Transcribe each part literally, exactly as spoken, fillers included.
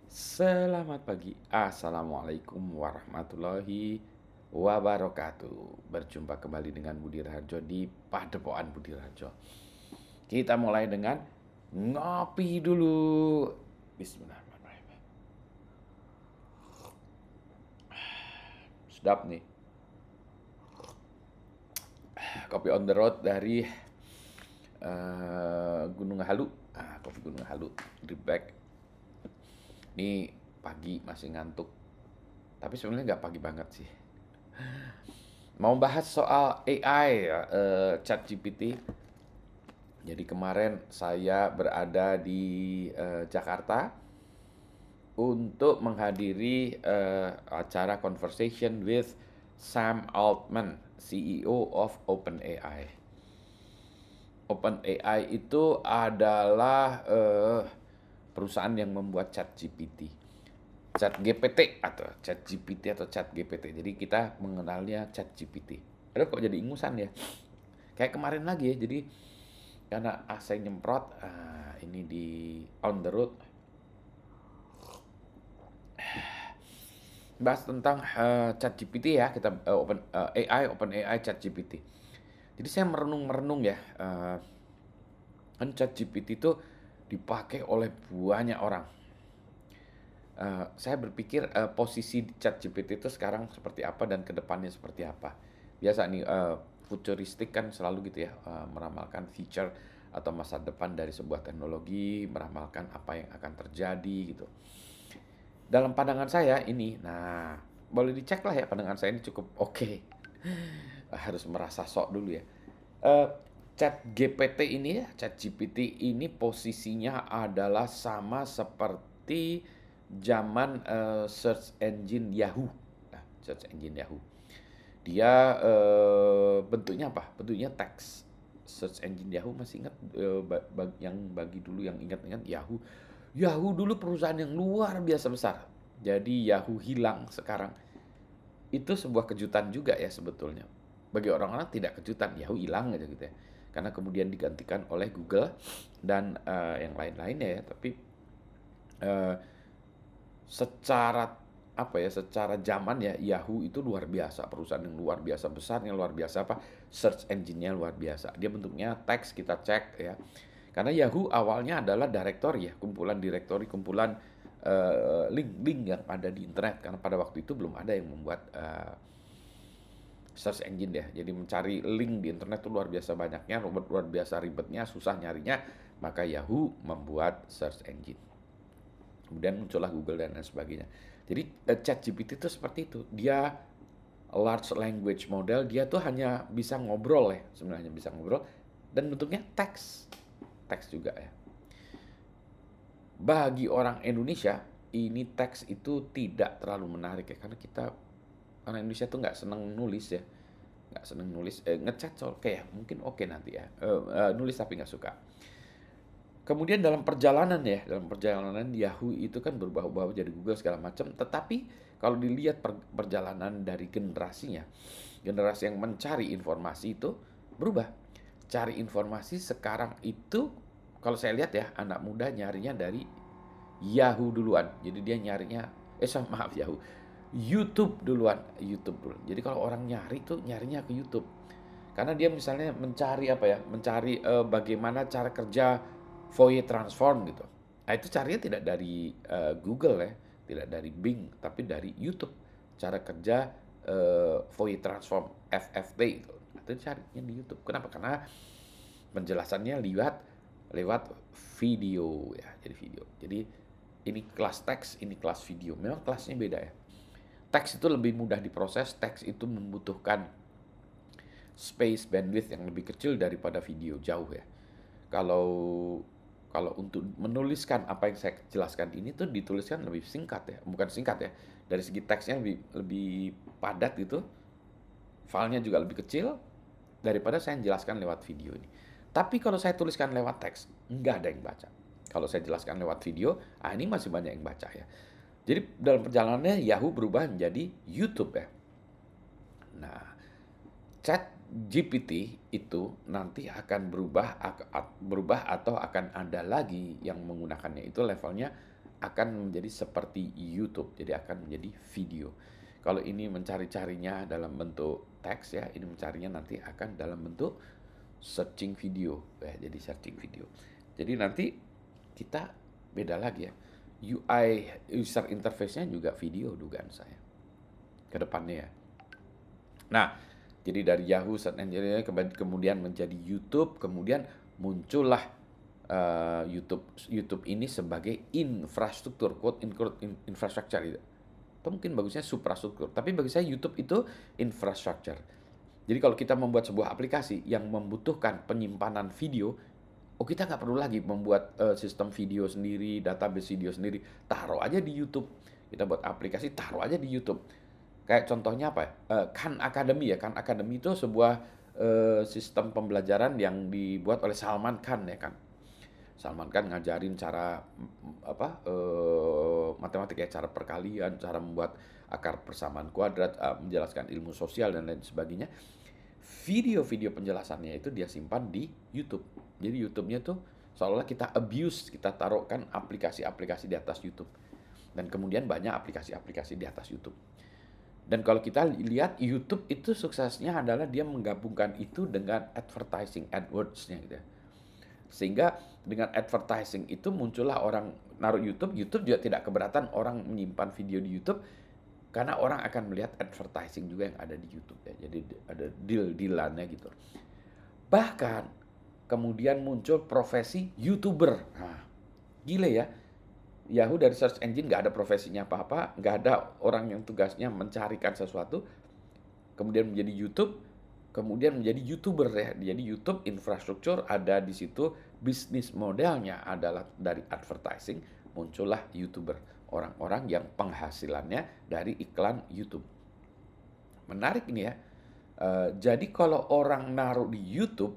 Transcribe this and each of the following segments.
Selamat pagi, Assalamualaikum warahmatullahi wabarakatuh. Berjumpa kembali dengan Budi Raharjo di Padepokan Budi Raharjo. Kita mulai dengan ngopi dulu. Bismillahirrahmanirrahim. Sedap nih, kopi on the road dari eh, Gunung Halu. Ah, kopi Gunung Halu, drip bag. Ini pagi masih ngantuk, tapi sebenarnya nggak pagi banget sih. Mau bahas soal A I, ya, eh, ChatGPT. Jadi kemarin saya berada di eh, Jakarta untuk menghadiri eh, acara conversation with Sam Altman, C E O of OpenAI. OpenAI itu adalah eh, perusahaan yang membuat ChatGPT. ChatGPT atau ChatGPT atau ChatGPT. Jadi kita mengenalnya ChatGPT. Aduh kok jadi ingusan ya? Kayak kemarin lagi ya. Jadi karena A C nyemprot, ah, ini di on the road bahas tentang eh, ChatGPT ya, kita eh, open eh, A I, OpenAI, ChatGPT. Jadi saya merenung-merenung ya, eh, kan ChatGPT itu dipakai oleh banyak orang. Eh, saya berpikir eh, posisi ChatGPT itu sekarang seperti apa dan kedepannya seperti apa. Biasa nih eh, futuristik kan selalu gitu ya, eh, meramalkan future atau masa depan dari sebuah teknologi, meramalkan apa yang akan terjadi gitu. Dalam pandangan saya ini, nah boleh dicek lah ya, pandangan saya ini cukup oke. Harus merasa sok dulu ya. Eh, Chat G P T ini ya, Chat G P T ini posisinya adalah sama seperti zaman eh, search engine Yahoo. Nah, search engine Yahoo. Dia eh, bentuknya apa? Bentuknya teks. Search engine Yahoo masih ingat eh, ba- ba- yang bagi dulu yang ingat-ingat Yahoo. Yahoo dulu perusahaan yang luar biasa besar. Jadi Yahoo hilang sekarang. Itu sebuah kejutan juga ya sebetulnya. Bagi orang-orang tidak kejutan, Yahoo hilang aja gitu ya. Karena kemudian digantikan oleh Google dan eh, yang lain-lainnya ya. Tapi eh, secara apa ya, secara zaman ya, Yahoo itu luar biasa, perusahaan yang luar biasa besarnya, luar biasa apa, search engine-nya luar biasa. Dia bentuknya teks, kita cek ya. Karena Yahoo awalnya adalah directory ya, kumpulan directory, kumpulan eh, link-link yang ada di internet. Karena pada waktu itu belum ada yang membuat eh, search engine ya. Jadi mencari link di internet itu luar biasa banyaknya, luar biasa ribetnya, susah nyarinya. Maka Yahoo membuat search engine. Kemudian muncullah Google dan lain sebagainya. Jadi eh, ChatGPT itu seperti itu. Dia large language model, dia tuh hanya bisa ngobrol ya, sebenarnya bisa ngobrol dan bentuknya teks. Teks juga ya. Bagi orang Indonesia, ini teks itu tidak terlalu menarik ya, karena kita orang Indonesia tuh nggak seneng nulis ya, nggak seneng nulis, eh, ngechat soal kayak mungkin oke nanti ya, Eh, eh, nulis tapi nggak suka. Kemudian dalam perjalanan ya, dalam perjalanan Yahoo itu kan berubah-ubah jadi Google segala macam. Tetapi kalau dilihat per- perjalanan dari generasinya, generasi yang mencari informasi itu berubah. Cari informasi sekarang itu, kalau saya lihat ya, anak muda nyarinya dari Yahoo duluan. Jadi dia nyarinya, eh so- maaf Yahoo, YouTube duluan, YouTube duluan. Jadi kalau orang nyari tuh nyarinya ke YouTube. Karena dia misalnya mencari apa ya, mencari eh, bagaimana cara kerja Fourier transform gitu. Nah itu carinya tidak dari eh, Google ya, tidak dari Bing, tapi dari YouTube. Cara kerja eh, Fourier transform, F F T itu. Itu carinya di YouTube. Kenapa? Karena penjelasannya lewat lewat video ya, jadi video. Jadi ini kelas teks, ini kelas video. Memang kelasnya beda ya. Teks itu lebih mudah diproses, teks itu membutuhkan space bandwidth yang lebih kecil daripada video jauh ya. Kalau kalau untuk menuliskan apa yang saya jelaskan ini tuh dituliskan lebih singkat ya, bukan singkat ya. Dari segi teksnya lebih lebih padat gitu, filenya juga lebih kecil daripada saya jelaskan lewat video ini. Tapi kalau saya tuliskan lewat teks, nggak ada yang baca. Kalau saya jelaskan lewat video, ah ini masih banyak yang baca ya. Jadi dalam perjalanannya Yahoo berubah menjadi YouTube ya. Nah, Chat G P T itu nanti akan berubah berubah atau akan ada lagi yang menggunakannya itu levelnya akan menjadi seperti YouTube, jadi akan menjadi video. Kalau ini mencari-carinya dalam bentuk teks ya, ini mencarinya nanti akan dalam bentuk searching video, ya, jadi searching video. Jadi nanti kita beda lagi ya. U I user interface-nya juga video dugaan saya ke depannya ya. Nah, jadi dari Yahoo Search Engine kemudian menjadi YouTube, kemudian muncullah uh, YouTube YouTube ini sebagai infrastruktur, quote unquote infrastructure itu. Atau mungkin bagusnya suprastruktur, tapi bagi saya YouTube itu infrastructure. Jadi kalau kita membuat sebuah aplikasi yang membutuhkan penyimpanan video, oh kita nggak perlu lagi membuat uh, sistem video sendiri, database video sendiri, taruh aja di YouTube. Kita buat aplikasi, taruh aja di YouTube. Kayak contohnya apa ya? Uh, Khan Academy ya. Khan Academy itu sebuah uh, sistem pembelajaran yang dibuat oleh Salman Khan ya kan. Salman Khan ngajarin cara apa uh, matematika, cara perkalian, cara membuat akar persamaan kuadrat, uh, menjelaskan ilmu sosial dan lain sebagainya. Video-video penjelasannya itu dia simpan di YouTube. Jadi YouTube-nya tuh seolah-olah kita abuse, kita taruhkan aplikasi-aplikasi di atas YouTube. Dan kemudian banyak aplikasi-aplikasi di atas YouTube. Dan kalau kita lihat YouTube itu suksesnya adalah dia menggabungkan itu dengan advertising, AdWords-nya gitu ya. Sehingga dengan advertising itu muncullah orang naruh YouTube, YouTube juga tidak keberatan orang menyimpan video di YouTube karena orang akan melihat advertising juga yang ada di YouTube ya. Jadi ada deal-dealannya gitu. Bahkan kemudian muncul profesi YouTuber. Nah, gile ya. Yahoo dari search engine nggak ada profesinya apa-apa, nggak ada orang yang tugasnya mencarikan sesuatu, kemudian menjadi YouTube, kemudian menjadi YouTuber ya. Jadi YouTube infrastruktur ada di situ, bisnis modelnya adalah dari advertising, muncullah YouTuber, orang-orang yang penghasilannya dari iklan YouTube. Menarik ini ya. Uh, jadi kalau orang naruh di YouTube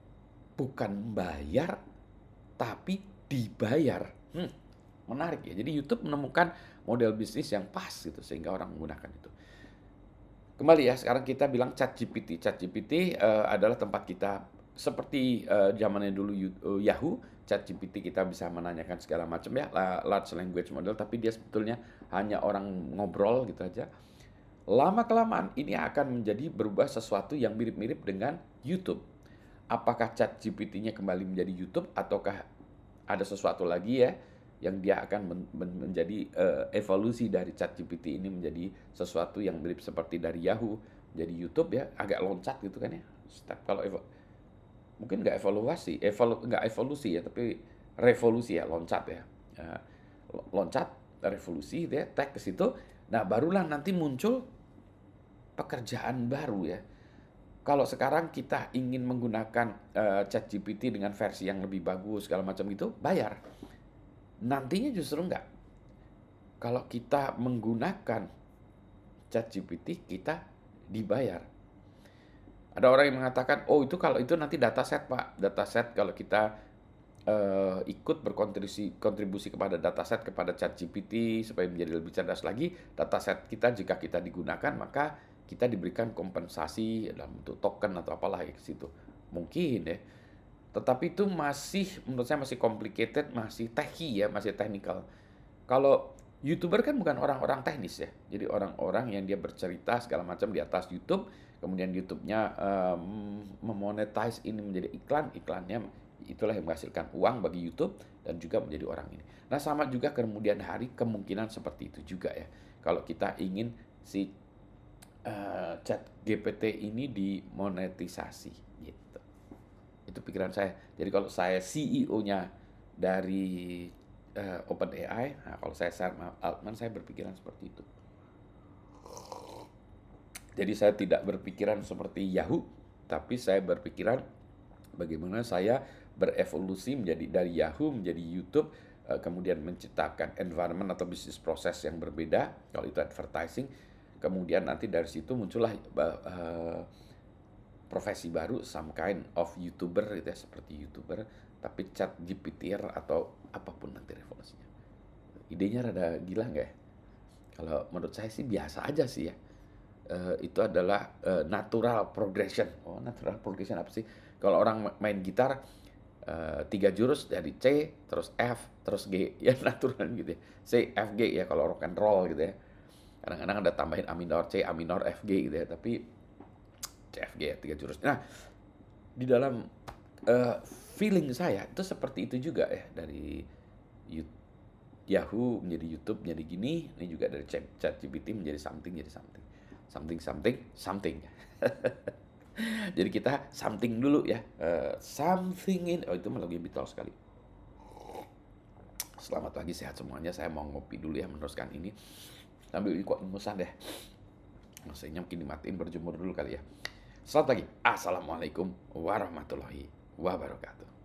bukan bayar, tapi dibayar. Hmm. Menarik ya. Jadi YouTube menemukan model bisnis yang pas gitu sehingga orang menggunakan itu. Kembali ya, sekarang kita bilang ChatGPT. ChatGPT uh, adalah tempat kita seperti uh, zamannya dulu uh, Yahoo. ChatGPT kita bisa menanyakan segala macam ya, large language model, tapi dia sebetulnya hanya orang ngobrol gitu aja. Lama kelamaan ini akan menjadi berubah sesuatu yang mirip-mirip dengan YouTube. Apakah ChatGPT-nya kembali menjadi YouTube ataukah ada sesuatu lagi ya yang dia akan men men menjadi uh, evolusi dari ChatGPT ini menjadi sesuatu yang mirip seperti dari Yahoo jadi YouTube ya, agak loncat gitu kan ya. Step kalau evo mungkin nggak evaluasi, evolu nggak evolusi ya, tapi revolusi ya, loncat ya. Uh, loncat, revolusi gitu ya, tag ke situ. Nah, barulah nanti muncul pekerjaan baru ya. Kalau sekarang kita ingin menggunakan uh, ChatGPT dengan versi yang lebih bagus segala macam itu, bayar. Nantinya justru enggak. Kalau kita menggunakan ChatGPT, kita dibayar. Ada orang yang mengatakan, oh itu kalau itu nanti dataset Pak. Dataset kalau kita uh, ikut berkontribusi kontribusi kepada dataset, kepada ChatGPT supaya menjadi lebih cerdas lagi, dataset kita jika kita digunakan, maka kita diberikan kompensasi dalam bentuk token atau apalah ya ke situ. Mungkin ya. Tetapi itu masih, menurut saya masih complicated, masih techy ya, masih technical. Kalau YouTuber kan bukan orang-orang teknis ya. Jadi orang-orang yang dia bercerita segala macam di atas YouTube, kemudian YouTube-nya um, memonetize ini menjadi iklan, iklannya itulah yang menghasilkan uang bagi YouTube dan juga menjadi orang ini. Nah, sama juga kemudian hari kemungkinan seperti itu juga ya. Kalau kita ingin si uh, ChatGPT ini dimonetisasi gitu. Itu pikiran saya. Jadi kalau saya C E O-nya dari uh, OpenAI, nah kalau saya Sam Altman, saya berpikiran seperti itu. Jadi saya tidak berpikiran seperti Yahoo, tapi saya berpikiran bagaimana saya berevolusi menjadi dari Yahoo menjadi YouTube, uh, kemudian menciptakan environment atau bisnis proses yang berbeda. Kalau itu advertising, kemudian nanti dari situ muncullah uh, profesi baru, some kind of YouTuber gitu ya, seperti YouTuber, tapi ChatGPT atau apapun nanti revolusinya. Idenya rada gila nggak ya? Kalau menurut saya sih biasa aja sih ya. Uh, itu adalah uh, natural progression. Oh, natural progression apa sih? Kalau orang main gitar, eh, tiga jurus dari C, terus F, terus G, ya natural gitu ya. C, F, G ya kalau rock and roll gitu ya. Kadang-kadang ada tambahin A minor, C, A minor, F, G gitu ya. Tapi C, F, G ya, tiga jurus. Nah, di dalam eh, feeling saya itu seperti itu juga ya. Dari Yu- Yahoo menjadi YouTube menjadi gini, ini juga dari Chat ChatGPT menjadi something jadi something. Something something something. Jadi kita something dulu ya. Eh, something in oh itu malah lebih Beatles sekali. Selamat pagi, sehat semuanya. Saya mau ngopi dulu ya meneruskan ini. Sambil ini kok ingusan deh. Mesinnya mungkin dimatiin berjemur dulu kali ya. Selamat pagi. Assalamualaikum warahmatullahi wabarakatuh.